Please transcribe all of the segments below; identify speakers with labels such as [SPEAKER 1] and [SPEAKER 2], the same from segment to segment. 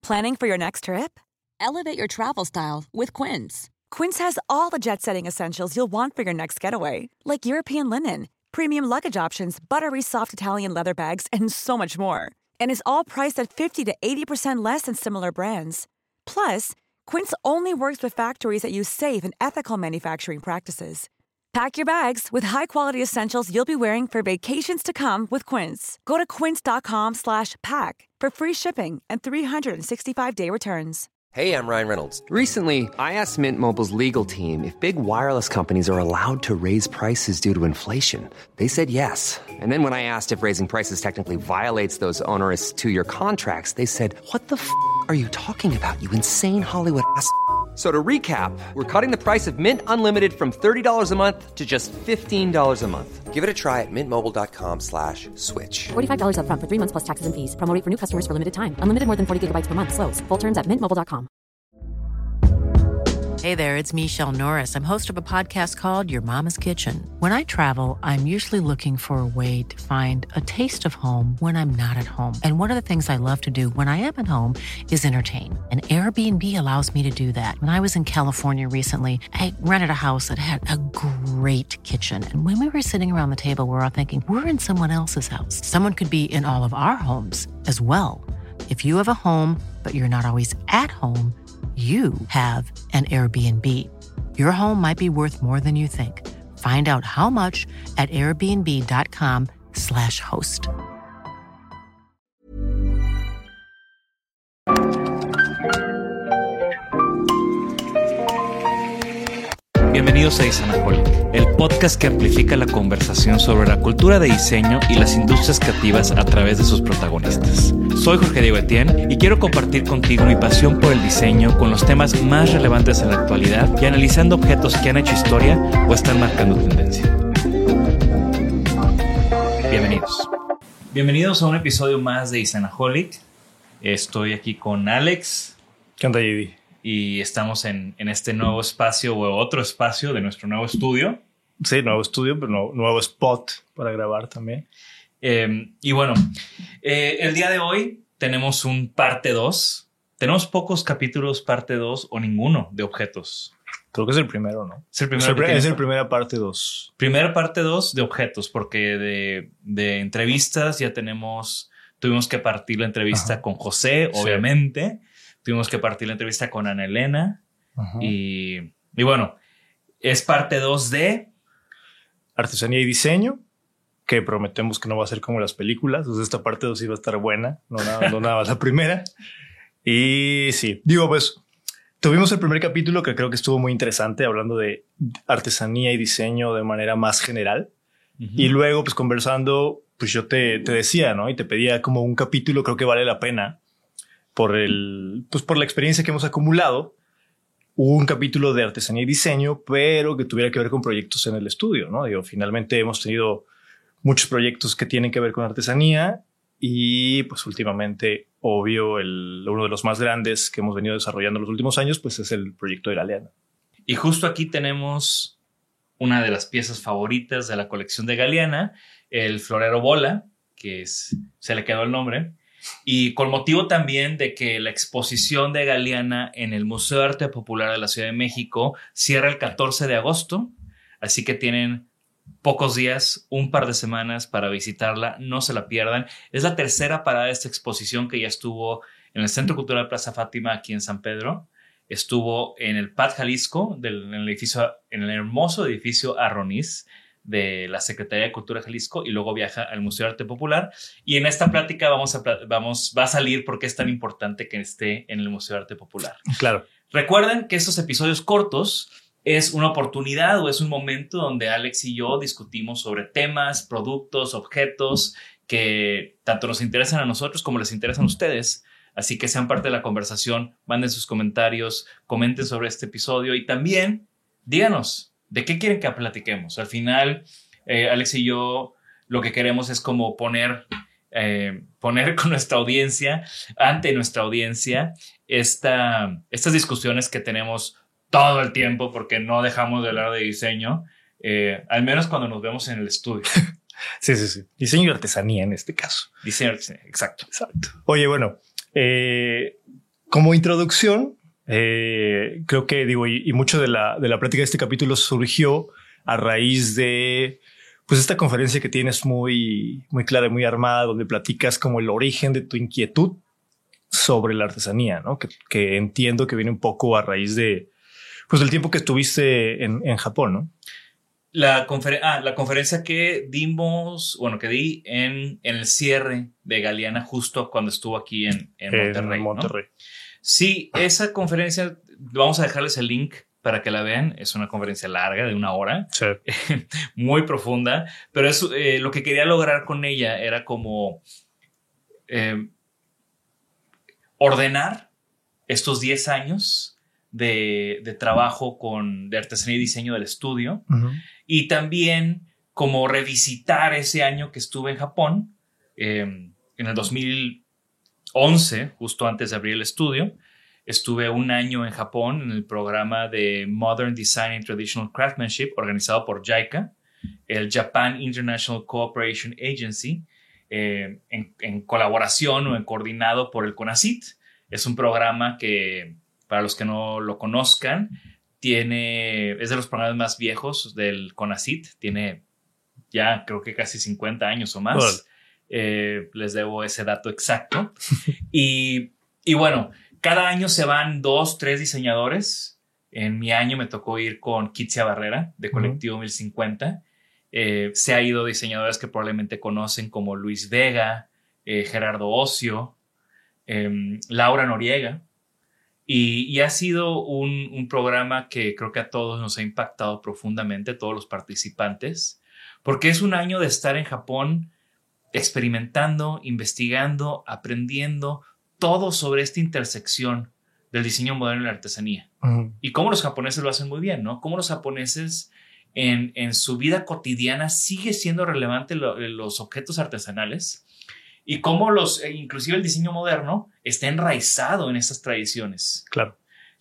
[SPEAKER 1] Planning for your next trip?
[SPEAKER 2] Elevate your travel style with Quince.
[SPEAKER 1] Quince has all the jet-setting essentials you'll want for your next getaway, like European linen, premium luggage options, buttery soft Italian leather bags, and so much more. And is all priced at 50 to 80% less than similar brands. Plus, Quince only works with factories that use safe and ethical manufacturing practices. Pack your bags with high-quality essentials you'll be wearing for vacations to come with Quince. Go to quince.com/pack for free shipping and 365-day returns.
[SPEAKER 3] Hey, I'm Ryan Reynolds. Recently, I asked Mint Mobile's legal team if big wireless companies are allowed to raise prices due to inflation. They said yes. And then when I asked if raising prices technically violates those onerous two-year contracts, they said, "What the f*** are you talking about, you insane Hollywood ass?" So to recap, we're cutting the price of Mint Unlimited from $30 a month to just $15 a month. Give it a try at mintmobile.com/switch.
[SPEAKER 4] $45 up front for 3 months plus taxes and fees. Promo rate for new customers for limited time. Unlimited more than 40 gigabytes per month. Slows full terms at mintmobile.com.
[SPEAKER 5] Hey there, it's Michelle Norris. I'm host of a podcast called Your Mama's Kitchen. When I travel, I'm usually looking for a way to find a taste of home when I'm not at home. And one of the things I love to do when I am at home is entertain. And Airbnb allows me to do that. When I was in California recently, I rented a house that had a great kitchen. And when we were sitting around the table, we were all thinking, we're in someone else's house. Someone could be in all of our homes as well. If you have a home, but you're not always at home, you have an Airbnb. Your home might be worth more than you think. Find out how much at airbnb.com/host.
[SPEAKER 6] Bienvenidos a Isanaholic, el podcast que amplifica la conversación sobre la cultura de diseño y las industrias creativas a través de sus protagonistas. Soy Jorge Diego Etienne y quiero compartir contigo mi pasión por el diseño con los temas más relevantes en la actualidad y analizando objetos que han hecho historia o están marcando tendencia. Bienvenidos. Bienvenidos a un episodio más de Isanaholic. Estoy aquí con Alex.
[SPEAKER 7] ¿Qué onda, JD?
[SPEAKER 6] Y estamos en este nuevo espacio o otro espacio de nuestro nuevo estudio.
[SPEAKER 7] Sí, nuevo estudio, pero nuevo spot para grabar también.
[SPEAKER 6] Y bueno, el día de hoy tenemos un parte 2. Tenemos pocos capítulos parte 2 o ninguno de objetos.
[SPEAKER 7] Creo que es el primero, ¿no?
[SPEAKER 6] Es el primero.
[SPEAKER 7] Es el primera parte 2.
[SPEAKER 6] Primera parte 2 de objetos, porque de entrevistas ya tuvimos que partir la entrevista con José, obviamente. Sí. Tuvimos que partir la entrevista con Ana Elena. Y bueno, es parte 2 de
[SPEAKER 7] Artesanía y Diseño, que prometemos que no va a ser como las películas. Entonces esta parte 2 sí va a estar buena, no nada más la primera. Y sí, pues tuvimos el primer capítulo que creo que estuvo muy interesante, hablando de artesanía y diseño de manera más general. Y luego, pues conversando, pues yo te decía, ¿no? Y te pedía como un capítulo, creo que vale la pena por la experiencia que hemos acumulado, un capítulo de artesanía y diseño, pero que tuviera que ver con proyectos en el estudio, ¿no? Finalmente hemos tenido muchos proyectos que tienen que ver con artesanía y pues últimamente, obvio, uno de los más grandes que hemos venido desarrollando en los últimos años, pues es el proyecto de Galeana.
[SPEAKER 6] Y justo aquí tenemos una de las piezas favoritas de la colección de Galeana, el florero bola, que se le quedó el nombre. Y con motivo también de que la exposición de Galeana en el Museo de Arte Popular de la Ciudad de México cierra el 14 de agosto, así que tienen pocos días, un par de semanas para visitarla, no se la pierdan. Es la tercera parada de esta exposición, que ya estuvo en el Centro Cultural Plaza Fátima aquí en San Pedro, estuvo en el PAD Jalisco, en el hermoso edificio Arroniz de la Secretaría de Cultura de Jalisco, y luego viaja al Museo de Arte Popular. Y en esta plática va a salir por qué es tan importante que esté en el Museo de Arte Popular.
[SPEAKER 7] Claro.
[SPEAKER 6] Recuerden que estos episodios cortos es una oportunidad o es un momento donde Alex y yo discutimos sobre temas, productos, objetos que tanto nos interesan a nosotros como les interesan a ustedes. Así que sean parte de la conversación, manden sus comentarios, comenten sobre este episodio y también díganos ¿de qué quieren que platiquemos? Al final, Alex y yo lo que queremos es como poner con nuestra audiencia, ante nuestra audiencia, estas discusiones que tenemos todo el tiempo porque no dejamos de hablar de diseño, al menos cuando nos vemos en el estudio.
[SPEAKER 7] Sí. Diseño y artesanía en este caso.
[SPEAKER 6] Diseño, exacto.
[SPEAKER 7] Oye, bueno, como introducción, creo que digo, y mucho de la plática de este capítulo surgió a raíz de pues esta conferencia que tienes muy, muy clara y muy armada, donde platicas como el origen de tu inquietud sobre la artesanía, ¿no? Que entiendo que viene un poco a raíz de pues del tiempo que estuviste en Japón, ¿no?
[SPEAKER 6] La conferencia que dimos, bueno, que di en el cierre de Galeana justo cuando estuvo aquí en Monterrey. ¿No? Sí, esa conferencia, vamos a dejarles el link para que la vean. Es una conferencia larga de 1 hora,
[SPEAKER 7] sí.
[SPEAKER 6] Muy profunda, pero es, lo que quería lograr con ella era como ordenar estos 10 años de trabajo de artesanía y diseño del estudio, y también como revisitar ese año que estuve en Japón, en el 2011, justo antes de abrir el estudio. Estuve 1 año en Japón en el programa de Modern Design and Traditional Craftsmanship organizado por JICA, el Japan International Cooperation Agency, en colaboración o en coordinado por el CONACYT. Es un programa que, para los que no lo conozcan, es de los programas más viejos del CONACYT. Tiene ya creo que casi 50 años o más. Les debo ese dato exacto. Y bueno, cada año se van 2, 3 diseñadores. En mi año me tocó ir con Kitsia Barrera de Colectivo 1050. Se ha ido diseñadores que probablemente conocen como Luis Vega, Gerardo Ocio, Laura Noriega. Y ha sido un programa que creo que a todos nos ha impactado profundamente, todos los participantes, porque es un año de estar en Japón experimentando, investigando, aprendiendo todo sobre esta intersección del diseño moderno y la artesanía. Y cómo los japoneses lo hacen muy bien, ¿no? Cómo los japoneses en su vida cotidiana sigue siendo relevante los objetos artesanales, y cómo inclusive el diseño moderno está enraizado en estas tradiciones.
[SPEAKER 7] Claro.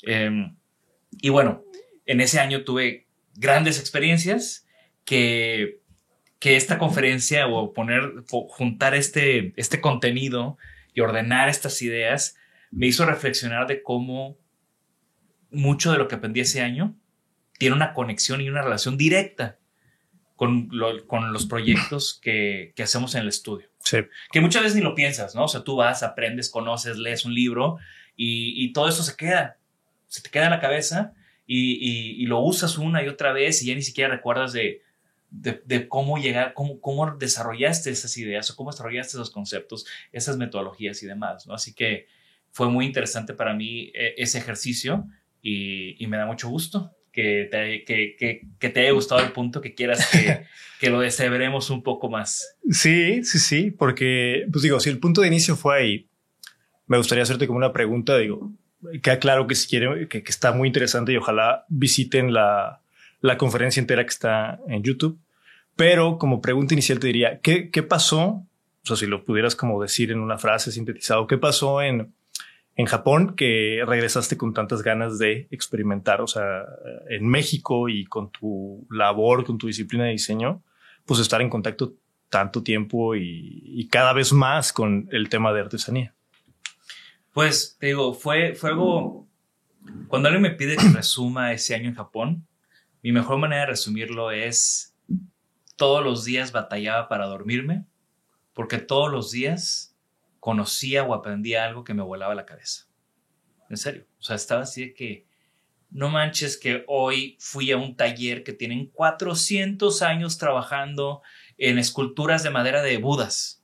[SPEAKER 6] Y bueno, en ese año tuve grandes experiencias que esta conferencia o juntar este contenido y ordenar estas ideas me hizo reflexionar de cómo mucho de lo que aprendí ese año tiene una conexión y una relación directa con los proyectos que hacemos en el estudio.
[SPEAKER 7] Sí.
[SPEAKER 6] Que muchas veces ni lo piensas, ¿no? O sea, tú vas, aprendes, conoces, lees un libro y todo eso se te queda en la cabeza y lo usas una y otra vez y ya ni siquiera recuerdas de cómo llegar, cómo desarrollaste esas ideas o cómo desarrollaste esos conceptos, esas metodologías y demás, ¿no? Así que fue muy interesante para mí ese ejercicio y me da mucho gusto que te haya gustado el punto, que quieras que lo deshebremos un poco más.
[SPEAKER 7] Sí, porque pues digo, si el punto de inicio fue ahí, me gustaría hacerte como una pregunta, digo, queda claro que si quieren, que está muy interesante y ojalá visiten la conferencia entera que está en YouTube, pero como pregunta inicial te diría, ¿qué pasó? O sea, si lo pudieras como decir en una frase sintetizado, ¿qué pasó en Japón que regresaste con tantas ganas de experimentar? O sea, en México y con tu labor, con tu disciplina de diseño, pues estar en contacto tanto tiempo y cada vez más con el tema de artesanía.
[SPEAKER 6] Pues te digo, fue algo, cuando alguien me pide que resuma ese año en Japón, mi mejor manera de resumirlo es: todos los días batallaba para dormirme, porque todos los días conocía o aprendía algo que me volaba la cabeza. En serio. O sea, estaba así de que no manches que hoy fui a un taller que tienen 400 años trabajando en esculturas de madera de Budas.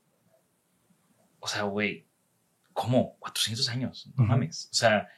[SPEAKER 6] O sea, güey, ¿cómo? 400 años, no mames. O sea,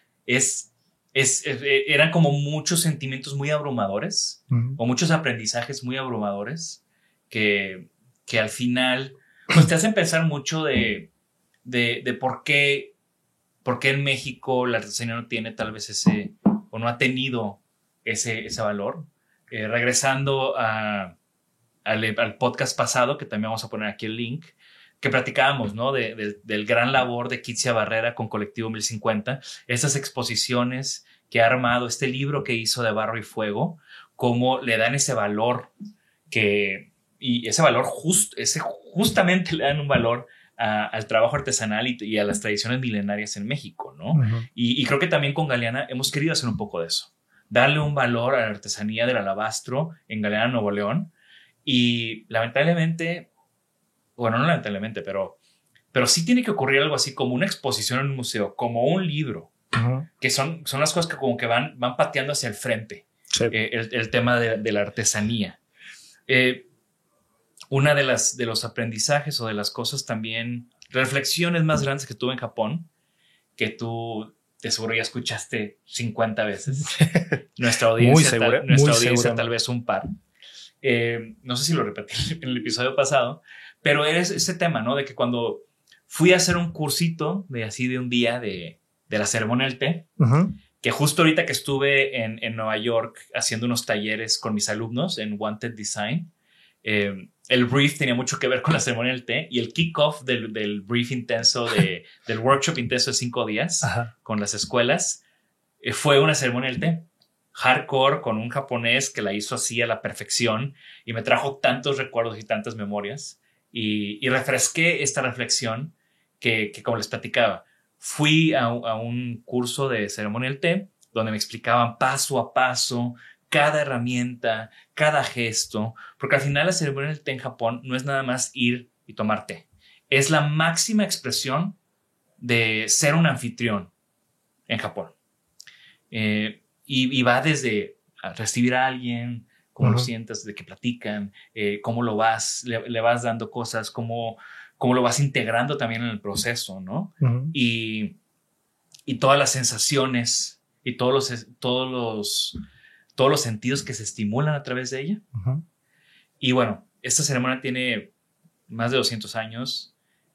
[SPEAKER 6] eran como muchos sentimientos muy abrumadores o muchos aprendizajes muy abrumadores que al final pues te hacen pensar mucho de por qué en México la artesanía no tiene tal vez o no ha tenido ese valor. Regresando al podcast pasado, que también vamos a poner aquí el link, que platicábamos, ¿no? Del gran labor de Kitsia Barrera con Colectivo 1050, esas exposiciones que ha armado, este libro que hizo de Barro y Fuego, cómo le dan ese valor y ese valor justamente le dan un valor al trabajo artesanal y a las tradiciones milenarias en México, ¿no? Y creo que también con Galeana hemos querido hacer un poco de eso. Darle un valor a la artesanía del alabastro en Galeana, Nuevo León. Y lamentablemente, bueno, no lamentablemente, pero sí tiene que ocurrir algo así como una exposición en un museo, como un libro, que son las cosas que como que van pateando hacia el frente. Sí. El tema de la artesanía. Una de los aprendizajes o de las cosas también, reflexiones más grandes que tuve en Japón, que tú de seguro ya escuchaste 50 veces. Nuestra audiencia tal vez un par. No sé si lo repetí en el episodio pasado, pero es ese tema, ¿no? De que cuando fui a hacer un cursito de un día de la ceremonia del té, que justo ahorita que estuve en Nueva York haciendo unos talleres con mis alumnos en Wanted Design, el brief tenía mucho que ver con la ceremonia del té y el kickoff del brief intenso, del workshop intenso de 5 días con las escuelas, fue una ceremonia del té. Hardcore, con un japonés que la hizo así a la perfección y me trajo tantos recuerdos y tantas memorias y refresqué esta reflexión que como les platicaba, fui a un curso de ceremonia del té donde me explicaban paso a paso cada herramienta, cada gesto, porque al final la ceremonia del té en Japón no es nada más ir y tomar té, es la máxima expresión de ser un anfitrión en Japón. Y va desde a recibir a alguien, cómo lo sientas, de que platican, cómo lo le vas dando cosas, cómo lo vas integrando también en el proceso, ¿no? Y todas las sensaciones y todos los sentidos que se estimulan a través de ella. Y bueno, esta ceremonia tiene más de 200 años.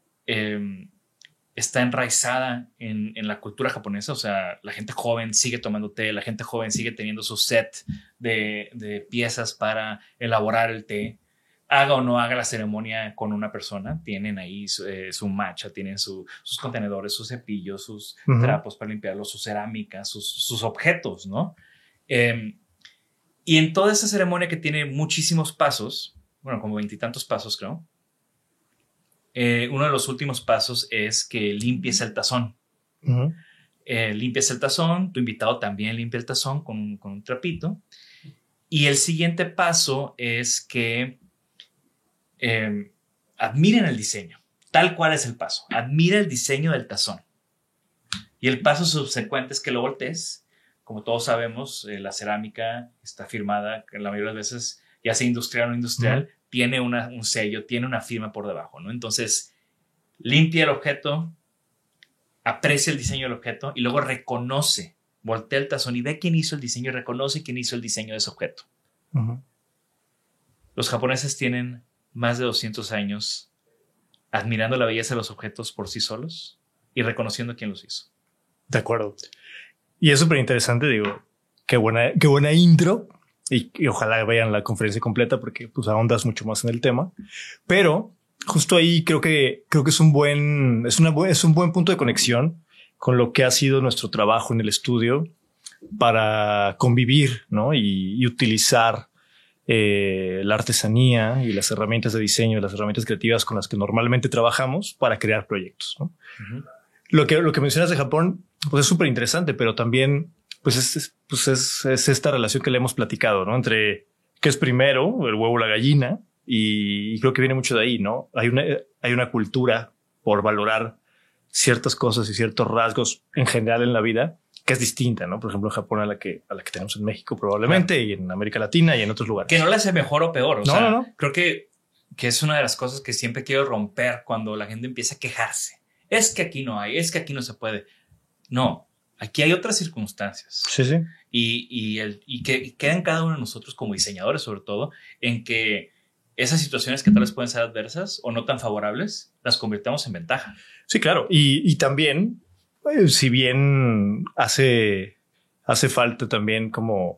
[SPEAKER 6] Está enraizada en la cultura japonesa, o sea, la gente joven sigue tomando té, la gente joven sigue teniendo su set de piezas para elaborar el té. Haga o no haga la ceremonia con una persona, tienen ahí su matcha, tienen sus contenedores, sus cepillos, sus trapos para limpiarlos, su cerámica, sus objetos, ¿no? Y en toda esa ceremonia que tiene muchísimos pasos, bueno, como 20 y tantos pasos creo, uno de los últimos pasos es que limpies el tazón. Limpias el tazón, tu invitado también limpia el tazón con un trapito. Y el siguiente paso es que admiren el diseño. Tal cual es el paso. Admira el diseño del tazón. Y el paso subsecuente es que lo voltees. Como todos sabemos, la cerámica está firmada, que la mayoría de las veces, ya sea industrial o no industrial, tiene un sello, tiene una firma por debajo, ¿no? Entonces, limpia el objeto, aprecia el diseño del objeto y luego reconoce, voltea el tazón y ve quién hizo el diseño y reconoce quién hizo el diseño de ese objeto. Los japoneses tienen más de 200 años admirando la belleza de los objetos por sí solos y reconociendo quién los hizo.
[SPEAKER 7] De acuerdo. Y es súper interesante, digo, qué buena intro. Y ojalá vayan a la conferencia completa porque pues ahondas mucho más en el tema. Pero justo ahí creo que es un buen punto de conexión con lo que ha sido nuestro trabajo en el estudio para convivir, ¿no? Y utilizar la artesanía y las herramientas de diseño, las herramientas creativas con las que normalmente trabajamos para crear proyectos, ¿no? Lo que mencionas de Japón, pues es súper interesante, pero también pues es esta relación que le hemos platicado, ¿no? Entre qué es primero, el huevo o la gallina, y creo que viene mucho de ahí, ¿no? Hay una cultura por valorar ciertas cosas y ciertos rasgos en general en la vida que es distinta, ¿no? Por ejemplo, en Japón a la que tenemos en México probablemente, y en América Latina y en otros lugares.
[SPEAKER 6] Que no la hace mejor o peor.
[SPEAKER 7] No.
[SPEAKER 6] Creo que es una de las cosas que siempre quiero romper cuando la gente empieza a quejarse. Es que aquí no hay, es que aquí no se puede. No. Aquí hay otras circunstancias.
[SPEAKER 7] Sí.
[SPEAKER 6] Y que queda en cada uno de nosotros como diseñadores, sobre todo, en que esas situaciones que tal vez pueden ser adversas o no tan favorables, las convirtamos en ventaja.
[SPEAKER 7] Sí, claro. Y también, si bien hace falta también como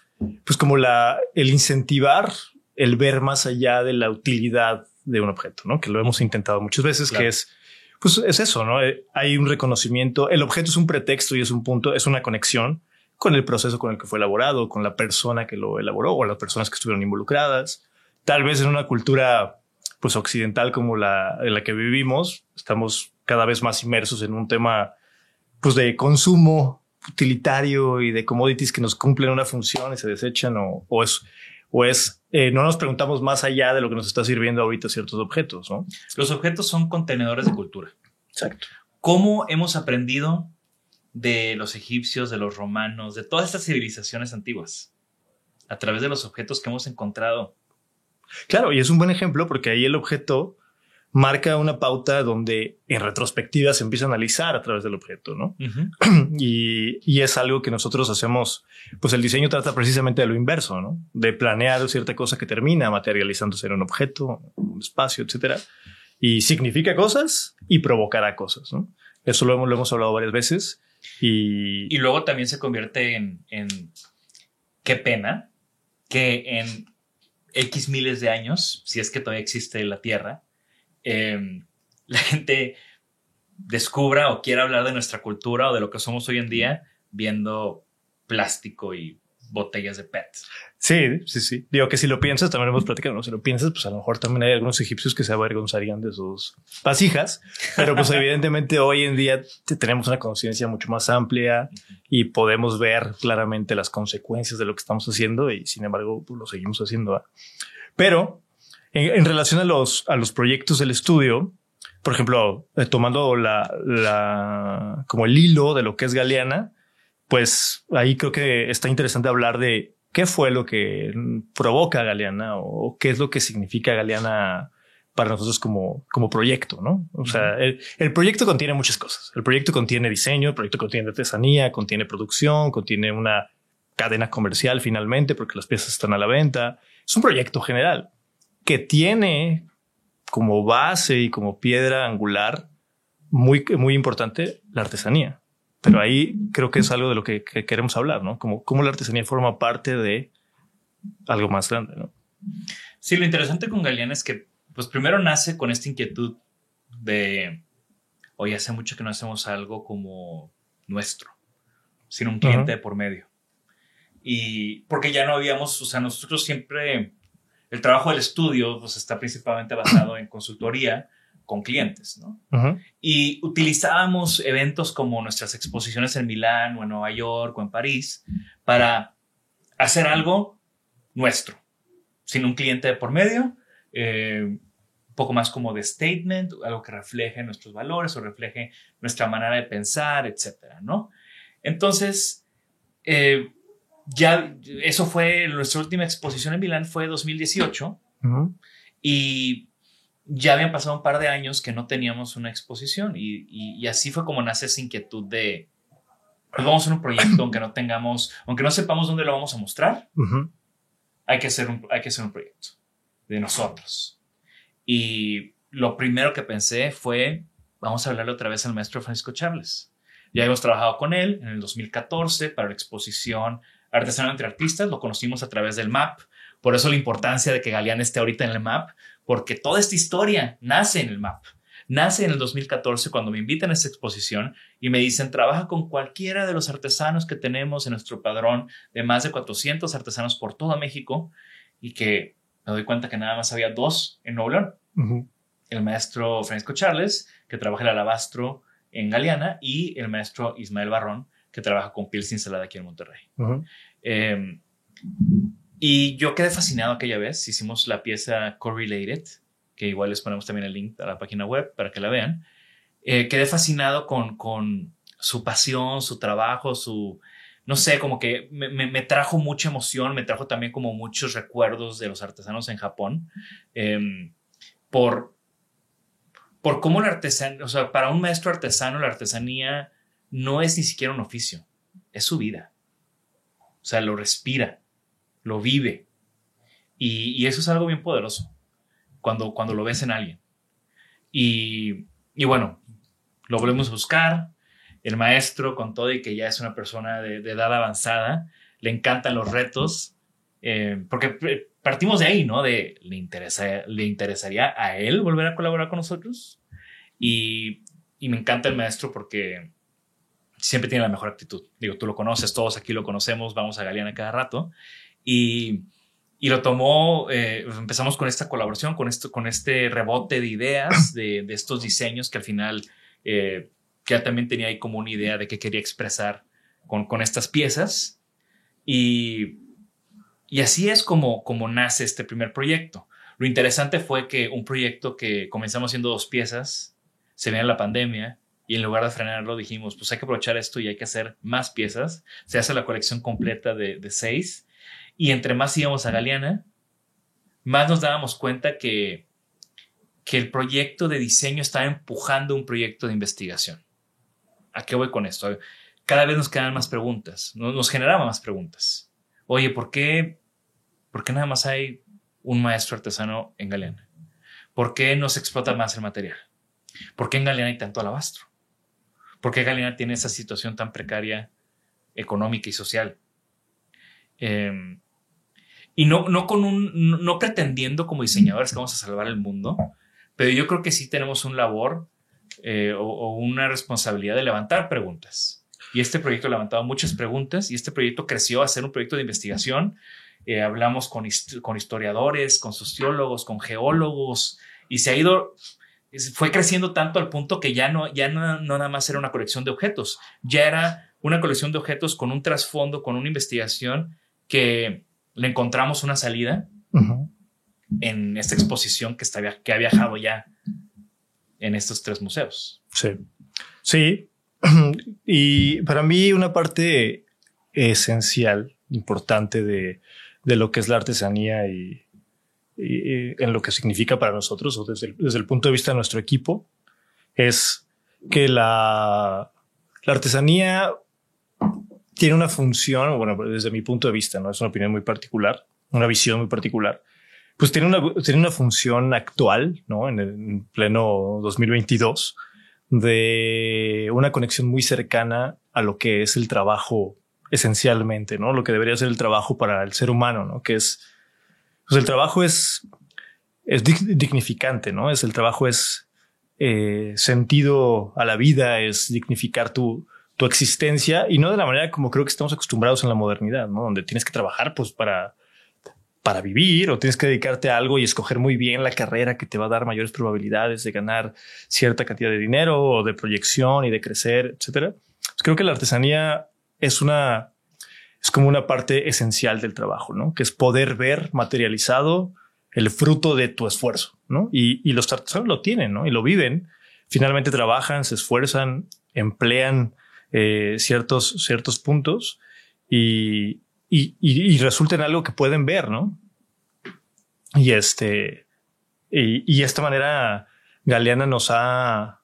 [SPEAKER 7] el incentivar el ver más allá de la utilidad de un objeto, ¿no? Que lo hemos intentado muchas veces, claro. Que es eso, ¿no? Hay un reconocimiento. El objeto es un pretexto y es un punto, es una conexión con el proceso con el que fue elaborado, con la persona que lo elaboró o las personas que estuvieron involucradas. Tal vez en una cultura pues occidental como en la que vivimos, estamos cada vez más inmersos en un tema pues de consumo utilitario y de commodities que nos cumplen una función y se desechan o no nos preguntamos más allá de lo que nos está sirviendo ahorita ciertos objetos, ¿no?
[SPEAKER 6] Los objetos son contenedores de cultura.
[SPEAKER 7] Exacto.
[SPEAKER 6] ¿Cómo hemos aprendido de los egipcios, de los romanos, de todas estas civilizaciones antiguas? A través de los objetos que hemos encontrado.
[SPEAKER 7] Claro, y es un buen ejemplo porque ahí el objeto marca una pauta donde en retrospectiva se empieza a analizar a través del objeto, ¿no? Uh-huh. Y es algo que nosotros hacemos, pues el diseño trata precisamente de lo inverso, ¿no? De planear cierta cosa que termina materializándose en un objeto, un espacio, etcétera. Y significa cosas y provocará cosas, ¿no? Eso lo hemos hablado varias veces. Y
[SPEAKER 6] luego también se convierte en qué pena que en X miles de años, si es que todavía existe la Tierra, la gente descubra o quiera hablar de nuestra cultura o de lo que somos hoy en día viendo plástico y botellas de PET.
[SPEAKER 7] Sí. Digo que si lo piensas, también hemos platicado, ¿no? Si lo piensas, pues a lo mejor también hay algunos egipcios que se avergonzarían de sus vasijas, pero pues evidentemente hoy en día tenemos una conciencia mucho más amplia y podemos ver claramente las consecuencias de lo que estamos haciendo y sin embargo pues, lo seguimos haciendo, ¿eh? Pero en relación a los proyectos del estudio, por ejemplo, tomando como el hilo de lo que es Galeana, pues ahí creo que está interesante hablar de qué fue lo que provoca Galeana o qué es lo que significa Galeana para nosotros como proyecto, ¿no? O sea, el proyecto contiene muchas cosas. El proyecto contiene diseño, el proyecto contiene artesanía, contiene producción, contiene una cadena comercial finalmente porque las piezas están a la venta. Es un proyecto general que tiene como base y como piedra angular muy, muy importante la artesanía. Pero ahí creo que es algo de lo que queremos hablar, ¿no? Como la artesanía forma parte de algo más grande, ¿no?
[SPEAKER 6] Sí, lo interesante con Galeana es que, pues primero nace con esta inquietud de, oye, hace mucho que no hacemos algo como nuestro, sin un cliente de por medio. Y porque ya no habíamos, o sea, nosotros siempre, el trabajo del estudio, pues está principalmente basado en consultoría con clientes, ¿no? Uh-huh. Y utilizábamos eventos como nuestras exposiciones en Milán o en Nueva York o en París para hacer algo nuestro, sin un cliente de por medio, un poco más como de statement, algo que refleje nuestros valores o refleje nuestra manera de pensar, etcétera, ¿no? Entonces, ya eso fue nuestra última exposición en Milán, fue 2018, uh-huh. Y ya habían pasado un par de años que no teníamos una exposición y así fue como nace esa inquietud de pues vamos a hacer un proyecto aunque no sepamos dónde lo vamos a mostrar, uh-huh. hay que hacer un proyecto de nosotros. Y lo primero que pensé fue vamos a hablarle otra vez al maestro Francisco Charles. Ya hemos trabajado con él en el 2014 para la exposición Artesanal entre Artistas, lo conocimos a través del MAP, por eso la importancia de que Galeana esté ahorita en el MAP, porque toda esta historia nace en el MAP. Nace en el 2014 cuando me invitan a esta exposición y me dicen, trabaja con cualquiera de los artesanos que tenemos en nuestro padrón de más de 400 artesanos por todo México y que me doy cuenta que nada más había 2 en Nuevo León. Uh-huh. El maestro Francisco Charles, que trabaja el alabastro en Galeana, y el maestro Ismael Barrón, que trabaja con piel cincelada aquí en Monterrey. Uh-huh. Y yo quedé fascinado aquella vez. Hicimos la pieza Correlated, que igual les ponemos también el link a la página web para que la vean. Quedé fascinado con su pasión, su trabajo, no sé, como que me trajo mucha emoción, me trajo también como muchos recuerdos de los artesanos en Japón. Por cómo la artesanía, o sea, para un maestro artesano la artesanía no es ni siquiera un oficio, es su vida. O sea, lo respira, lo vive. Y eso es algo bien poderoso cuando lo ves en alguien. Y bueno, lo volvemos a buscar. El maestro, con todo y que ya es una persona de edad avanzada, le encantan los retos, porque partimos de ahí, ¿no? ¿Le interesaría a él volver a colaborar con nosotros? Y me encanta el maestro porque siempre tiene la mejor actitud. Digo, tú lo conoces, todos aquí lo conocemos, vamos a Galeana cada rato. Y Y lo tomó, empezamos con esta colaboración, con este rebote de ideas de estos diseños que al final ya también tenía ahí como una idea de qué quería expresar con estas piezas. Y así es como nace este primer proyecto. Lo interesante fue que un proyecto que comenzamos haciendo 2 piezas, se viene la pandemia y en lugar de frenarlo dijimos, pues hay que aprovechar esto y hay que hacer más piezas. Se hace la colección completa de 6. Y entre más íbamos a Galeana, más nos dábamos cuenta que el proyecto de diseño estaba empujando un proyecto de investigación. ¿A qué voy con esto? Cada vez nos quedan más preguntas, nos generaban más preguntas. Oye, ¿por qué nada más hay un maestro artesano en Galeana? ¿Por qué no se explota más el material? ¿Por qué en Galeana hay tanto alabastro? ¿Por qué Galeana tiene esa situación tan precaria económica y social? Y no pretendiendo como diseñadores que vamos a salvar el mundo, pero yo creo que sí tenemos un labor o una responsabilidad de levantar preguntas. Y este proyecto ha levantado muchas preguntas y este proyecto creció a ser un proyecto de investigación. Hablamos con historiadores, con sociólogos, con geólogos y fue creciendo tanto al punto que ya no nada más era una colección de objetos, ya era una colección de objetos con un trasfondo, con una investigación que le encontramos una salida en esta exposición que ha viajado ya en estos 3 museos.
[SPEAKER 7] Sí. Sí. Y para mí una parte esencial, importante de lo que es la artesanía y en lo que significa para nosotros o desde el punto de vista de nuestro equipo es que la artesanía tiene una función, bueno, desde mi punto de vista, no es una opinión muy particular, una visión muy particular, pues tiene una función actual, ¿no? En pleno 2022 de una conexión muy cercana a lo que es el trabajo esencialmente, ¿no? Lo que debería ser el trabajo para el ser humano, ¿no? Que es, pues el trabajo es dignificante, ¿no? El trabajo es sentido a la vida, es dignificar tu existencia y no de la manera como creo que estamos acostumbrados en la modernidad, ¿no? Donde tienes que trabajar pues para vivir o tienes que dedicarte a algo y escoger muy bien la carrera que te va a dar mayores probabilidades de ganar cierta cantidad de dinero o de proyección y de crecer, etcétera. Pues creo que la artesanía es como una parte esencial del trabajo, ¿no? Que es poder ver materializado el fruto de tu esfuerzo, ¿no? Y los artesanos lo tienen, ¿no? Y lo viven. Finalmente trabajan, se esfuerzan, emplean ciertos puntos y resulta en algo que pueden ver, ¿no? Y esta manera Galeana nos ha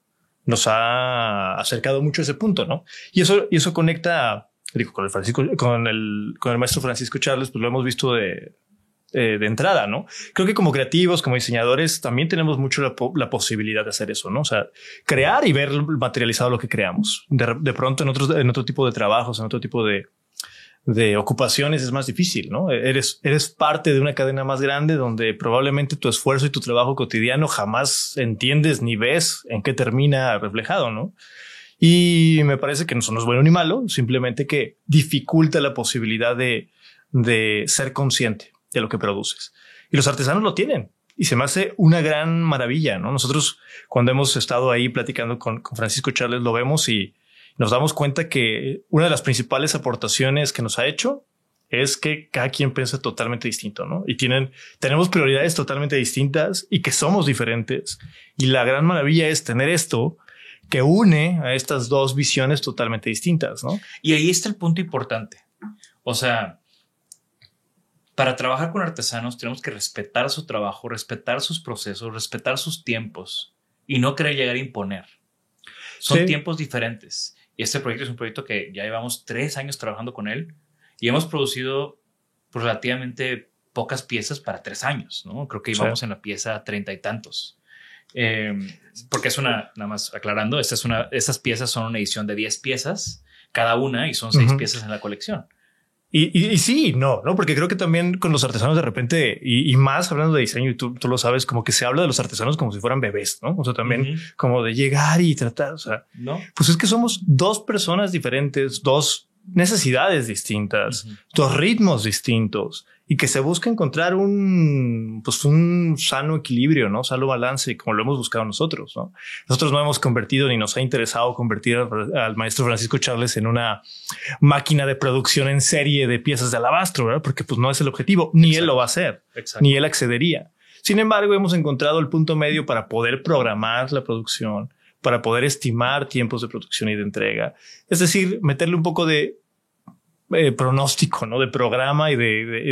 [SPEAKER 7] acercado mucho a ese punto, ¿no? Y eso conecta, digo, con el maestro Francisco Charles, pues lo hemos visto de entrada, ¿no? Creo que como creativos, como diseñadores, también tenemos mucho la posibilidad de hacer eso, ¿no? O sea, crear y ver materializado lo que creamos. De pronto en otro tipo de trabajos, en otro tipo de ocupaciones es más difícil, ¿no? Eres parte de una cadena más grande donde probablemente tu esfuerzo y tu trabajo cotidiano jamás entiendes ni ves en qué termina reflejado, ¿no? Y me parece que no es bueno ni malo, simplemente que dificulta la posibilidad de ser consciente de lo que produces. Y los artesanos lo tienen. Y se me hace una gran maravilla, ¿no? Nosotros cuando hemos estado ahí platicando con Francisco Charles lo vemos y nos damos cuenta que una de las principales aportaciones que nos ha hecho es que cada quien piensa totalmente distinto, ¿no? Y tenemos prioridades totalmente distintas y que somos diferentes. Y la gran maravilla es tener esto que une a estas 2 visiones totalmente distintas, ¿no?
[SPEAKER 6] Y ahí está el punto importante. O sea, para trabajar con artesanos tenemos que respetar su trabajo, respetar sus procesos, respetar sus tiempos y no querer llegar a imponer. Son tiempos diferentes. Y este proyecto es un proyecto que ya llevamos 3 años trabajando con él y hemos producido pues, relativamente pocas piezas para 3 años, ¿no? Creo que íbamos en la pieza 30 y tantos. Porque nada más aclarando, estas piezas son una edición de 10 piezas cada una y son 6 piezas en la colección.
[SPEAKER 7] Y sí, no, porque creo que también con los artesanos de repente y más hablando de diseño y tú lo sabes, como que se habla de los artesanos como si fueran bebés, ¿no? O sea, también como de llegar y tratar, o sea, no, pues es que somos 2 personas diferentes, 2 necesidades distintas, dos ritmos distintos, y que se busca encontrar un sano equilibrio, ¿no? Sano balance, como lo hemos buscado nosotros, ¿no? Nosotros no hemos convertido ni nos ha interesado convertir al maestro Francisco Charles en una máquina de producción en serie de piezas de alabastro, ¿verdad? Porque pues no es el objetivo, ni él lo va a hacer, ni él accedería. Sin embargo, hemos encontrado el punto medio para poder programar la producción, para poder estimar tiempos de producción y de entrega. Es decir, meterle un poco de pronóstico, ¿no? De programa y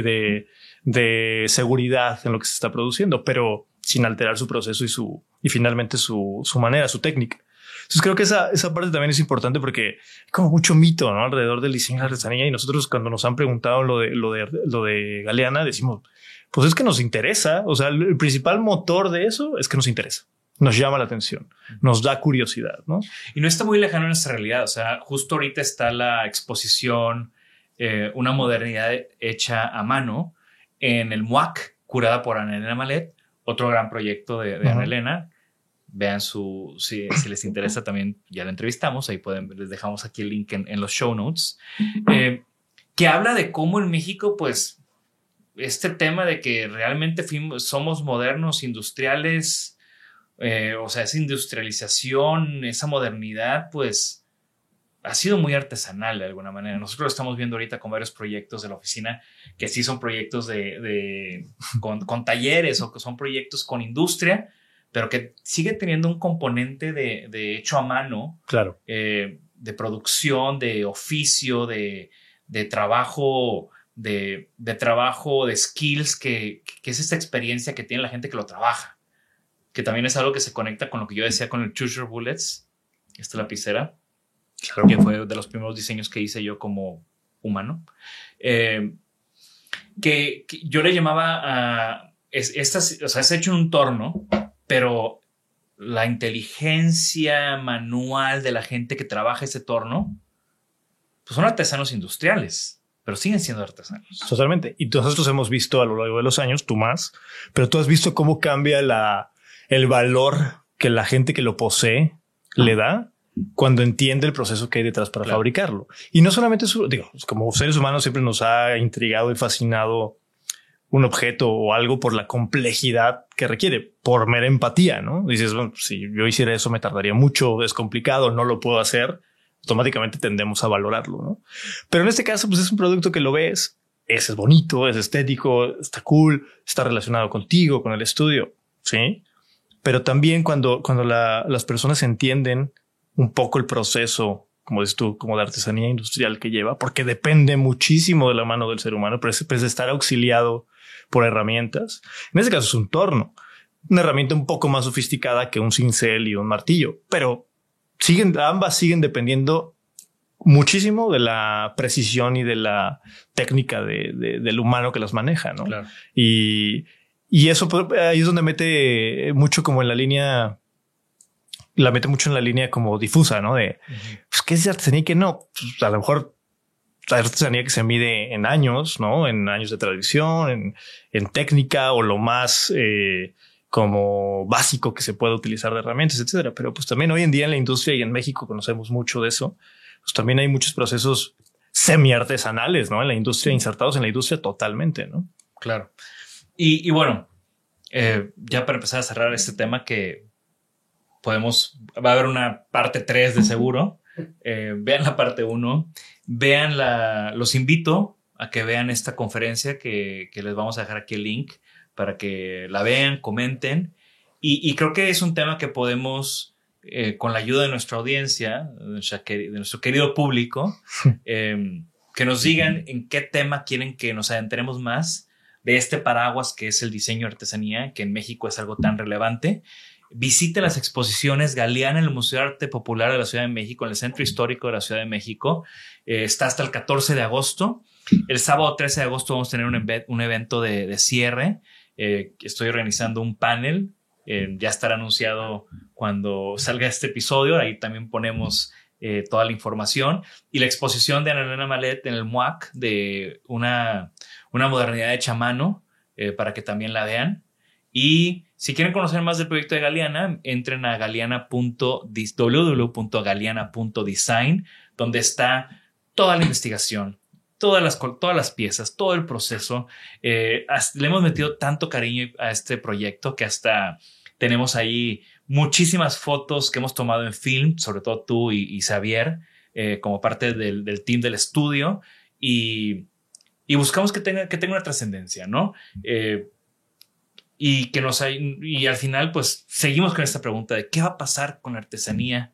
[SPEAKER 7] de seguridad en lo que se está produciendo, pero sin alterar su proceso y finalmente su manera, su técnica. Entonces creo que esa parte también es importante porque hay como mucho mito, ¿no? Alrededor del diseño de la artesanía, y nosotros cuando nos han preguntado lo de Galeana decimos, pues es que nos interesa. O sea, el principal motor de eso es que nos interesa. Nos llama la atención, nos da curiosidad, ¿no?
[SPEAKER 6] Y no está muy lejano en nuestra realidad. O sea, justo ahorita está la exposición Una modernidad hecha a mano en el MUAC, curada por Ana Elena Malet, otro gran proyecto de Ana Elena. Vean si les interesa también, ya la entrevistamos, ahí les dejamos aquí el link en los show notes, que habla de cómo en México, pues, este tema de que realmente somos modernos, industriales, o sea, esa industrialización, esa modernidad, pues ha sido muy artesanal de alguna manera. Nosotros lo estamos viendo ahorita con varios proyectos de la oficina que sí son proyectos con talleres, o que son proyectos con industria, pero que sigue teniendo un componente de hecho a mano,
[SPEAKER 7] claro,
[SPEAKER 6] de producción, de oficio, de trabajo, de trabajo, de skills, que es esta experiencia que tiene la gente que lo trabaja. Que también es algo que se conecta con lo que yo decía con el Choose Your Bullets, esta lapicera, claro, que fue de los primeros diseños que hice yo como humano, que yo le llamaba o sea, es hecho en un torno, pero la inteligencia manual de la gente que trabaja ese torno, pues son artesanos industriales, pero siguen siendo artesanos.
[SPEAKER 7] Totalmente. Y nosotros hemos visto a lo largo de los años, tú más, pero tú has visto cómo cambia el valor que la gente que lo posee le da cuando entiende el proceso que hay detrás para fabricarlo. Y no solamente eso, como seres humanos siempre nos ha intrigado y fascinado un objeto o algo por la complejidad que requiere, por mera empatía, ¿no? Dices, bueno, si yo hiciera eso me tardaría mucho, es complicado, no lo puedo hacer. Automáticamente tendemos a valorarlo, ¿no? Pero en este caso, pues es un producto que lo ves, es bonito, es estético, está cool, está relacionado contigo, con el estudio, ¿sí? Pero también cuando las personas entienden un poco el proceso, como dices tú, como de artesanía industrial que lleva, porque depende muchísimo de la mano del ser humano, pero es estar auxiliado por herramientas. En este caso es un torno, una herramienta un poco más sofisticada que un cincel y un martillo, pero ambas siguen dependiendo muchísimo de la precisión y de la técnica del humano que las maneja, ¿no? Claro. Y eso ahí es donde mete mucho como en la línea, como difusa, ¿no? De, pues, ¿qué es artesanía y qué no? Pues, a lo mejor la artesanía que se mide en años, ¿no? En años de tradición, en técnica, o lo más como básico que se puede utilizar de herramientas, etcétera. Pero pues también hoy en día en la industria, y en México conocemos mucho de eso, pues también hay muchos procesos semi-artesanales, ¿no? En la industria, insertados en la industria totalmente, ¿no?
[SPEAKER 6] Claro. Y bueno, ya para empezar a cerrar este tema, que va a haber una parte 3 de seguro. Vean la parte 1, los invito a que vean esta conferencia que les vamos a dejar aquí el link para que la vean, comenten, y creo que es un tema que podemos, con la ayuda de nuestra audiencia, de nuestro querido público, que nos digan en qué tema quieren que nos adentremos más de este paraguas que es el diseño de artesanía, que en México es algo tan relevante. Visite las exposiciones Galeana en el Museo de Arte Popular de la Ciudad de México, en el Centro Histórico de la Ciudad de México. Está hasta el 14 de agosto. El sábado 13 de agosto vamos a tener un evento de cierre. Estoy organizando un panel. Ya estará anunciado cuando salga este episodio. Ahí también ponemos toda la información. Y la exposición de Ana Elena Malet en el MUAC, de una modernidad hecha a mano, para que también la vean. Y si quieren conocer más del proyecto de Galeana, entren a www.galeana.design, donde está toda la investigación, todas las piezas, todo el proceso. Le hemos metido tanto cariño a este proyecto que hasta tenemos ahí muchísimas fotos que hemos tomado en film, sobre todo tú y Xavier, como parte del team del estudio, y buscamos que tenga una trascendencia, ¿no? Y al final, pues, seguimos con esta pregunta de qué va a pasar con la artesanía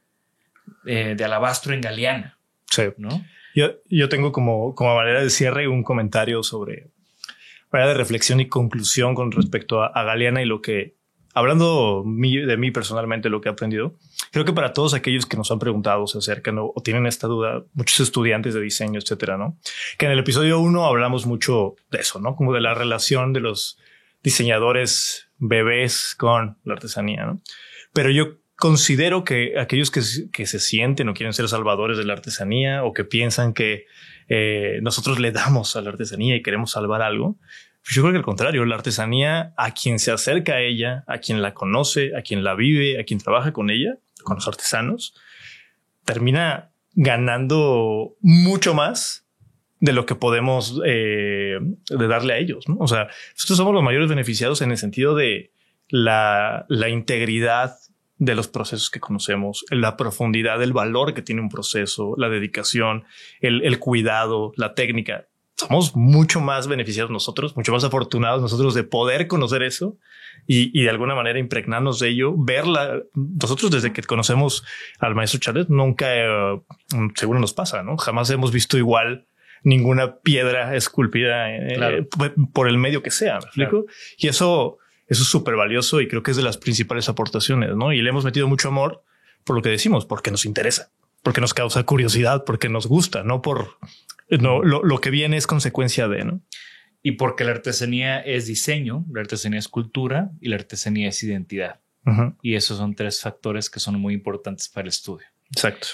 [SPEAKER 6] de alabastro en Galeana.
[SPEAKER 7] Sí.
[SPEAKER 6] ¿No?
[SPEAKER 7] Yo tengo como manera de cierre un comentario sobre manera de reflexión y conclusión con respecto a Galeana y lo que, hablando de mí personalmente, lo que he aprendido. Creo que para todos aquellos que nos han preguntado, se acercan o tienen esta duda, muchos estudiantes de diseño, etcétera, ¿no? Que en el episodio 1 hablamos mucho de eso, ¿no? Como de la relación de los diseñadores bebés con la artesanía, ¿no? Pero yo considero que aquellos que se sienten o quieren ser salvadores de la artesanía o que piensan que nosotros le damos a la artesanía y queremos salvar algo, pues yo creo que al contrario, la artesanía, a quien se acerca a ella, a quien la conoce, a quien la vive, a quien trabaja con ella, con los artesanos, termina ganando mucho más de lo que podemos de darle a ellos, ¿no? O sea, nosotros somos los mayores beneficiados en el sentido de la integridad de los procesos que conocemos, la profundidad, el valor que tiene un proceso, la dedicación, el cuidado, la técnica. Somos mucho más beneficiados nosotros, mucho más afortunados nosotros de poder conocer eso y de alguna manera impregnarnos de ello, verla. Nosotros desde que conocemos al maestro Charlet nunca, seguro nos pasa, ¿no? Jamás hemos visto igual ninguna piedra esculpida
[SPEAKER 6] claro.
[SPEAKER 7] Por el medio que sea, ¿me explico?
[SPEAKER 6] Claro.
[SPEAKER 7] Y eso es súper valioso y creo que es de las principales aportaciones, ¿no? Y le hemos metido mucho amor por lo que decimos, porque nos interesa, porque nos causa curiosidad, porque nos gusta, no por lo que viene es consecuencia de, ¿no?
[SPEAKER 6] Y porque la artesanía es diseño, la artesanía es cultura y la artesanía es identidad.
[SPEAKER 7] Uh-huh.
[SPEAKER 6] Y esos son 3 factores que son muy importantes para el estudio.
[SPEAKER 7] Exacto.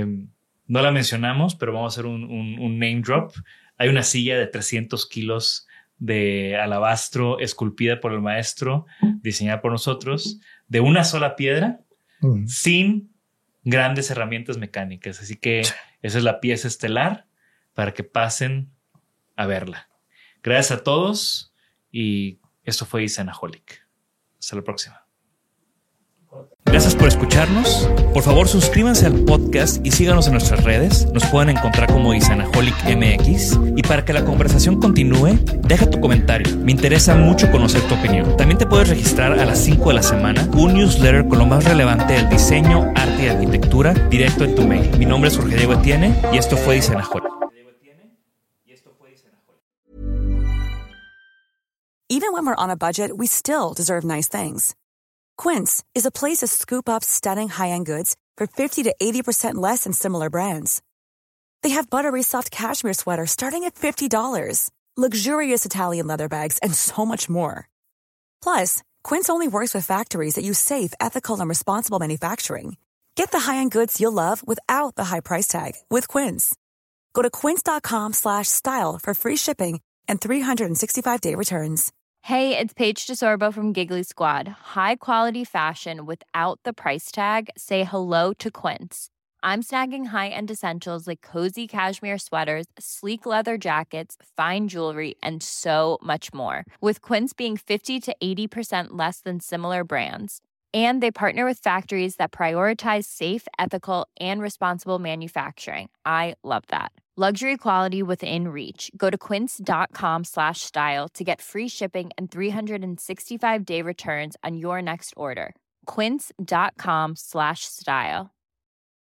[SPEAKER 6] No la mencionamos, pero vamos a hacer un name drop. Hay una silla de 300 kilos de alabastro esculpida por el maestro, diseñada por nosotros, de una sola piedra, sin grandes herramientas mecánicas. Así que esa es la pieza estelar para que pasen a verla. Gracias a todos y esto fue Design-aholic. Hasta la próxima. Gracias por escucharnos. Por favor, suscríbanse al podcast y síganos en nuestras redes. Nos pueden encontrar como Design-aholic MX. Y para que la conversación continúe, deja tu comentario. Me interesa mucho conocer tu opinión. También te puedes registrar a las 5 de la semana un newsletter con lo más relevante del diseño, arte y arquitectura directo en tu mail. Mi nombre es Jorge Diego Etienne y esto fue Design-aholic.
[SPEAKER 1] Even when we're on a budget, we still deserve nice things. Quince is a place to scoop up stunning high-end goods for 50 to 80% less than similar brands. They have buttery soft cashmere sweaters starting at $50, luxurious Italian leather bags, and so much more. Plus, Quince only works with factories that use safe, ethical, and responsible manufacturing. Get the high-end goods you'll love without the high price tag with Quince. Go to quince.com/style for free shipping and 365-day returns.
[SPEAKER 8] Hey, it's Paige DeSorbo from Giggly Squad. High quality fashion without the price tag. Say hello to Quince. I'm snagging high-end essentials like cozy cashmere sweaters, sleek leather jackets, fine jewelry, and so much more. With Quince being 50 to 80% less than similar brands. And they partner with factories that prioritize safe, ethical, and responsible manufacturing. I love that. Luxury quality within reach. Go to quince.com/style to get free shipping and 365-day returns on your next order. Quince.com/style.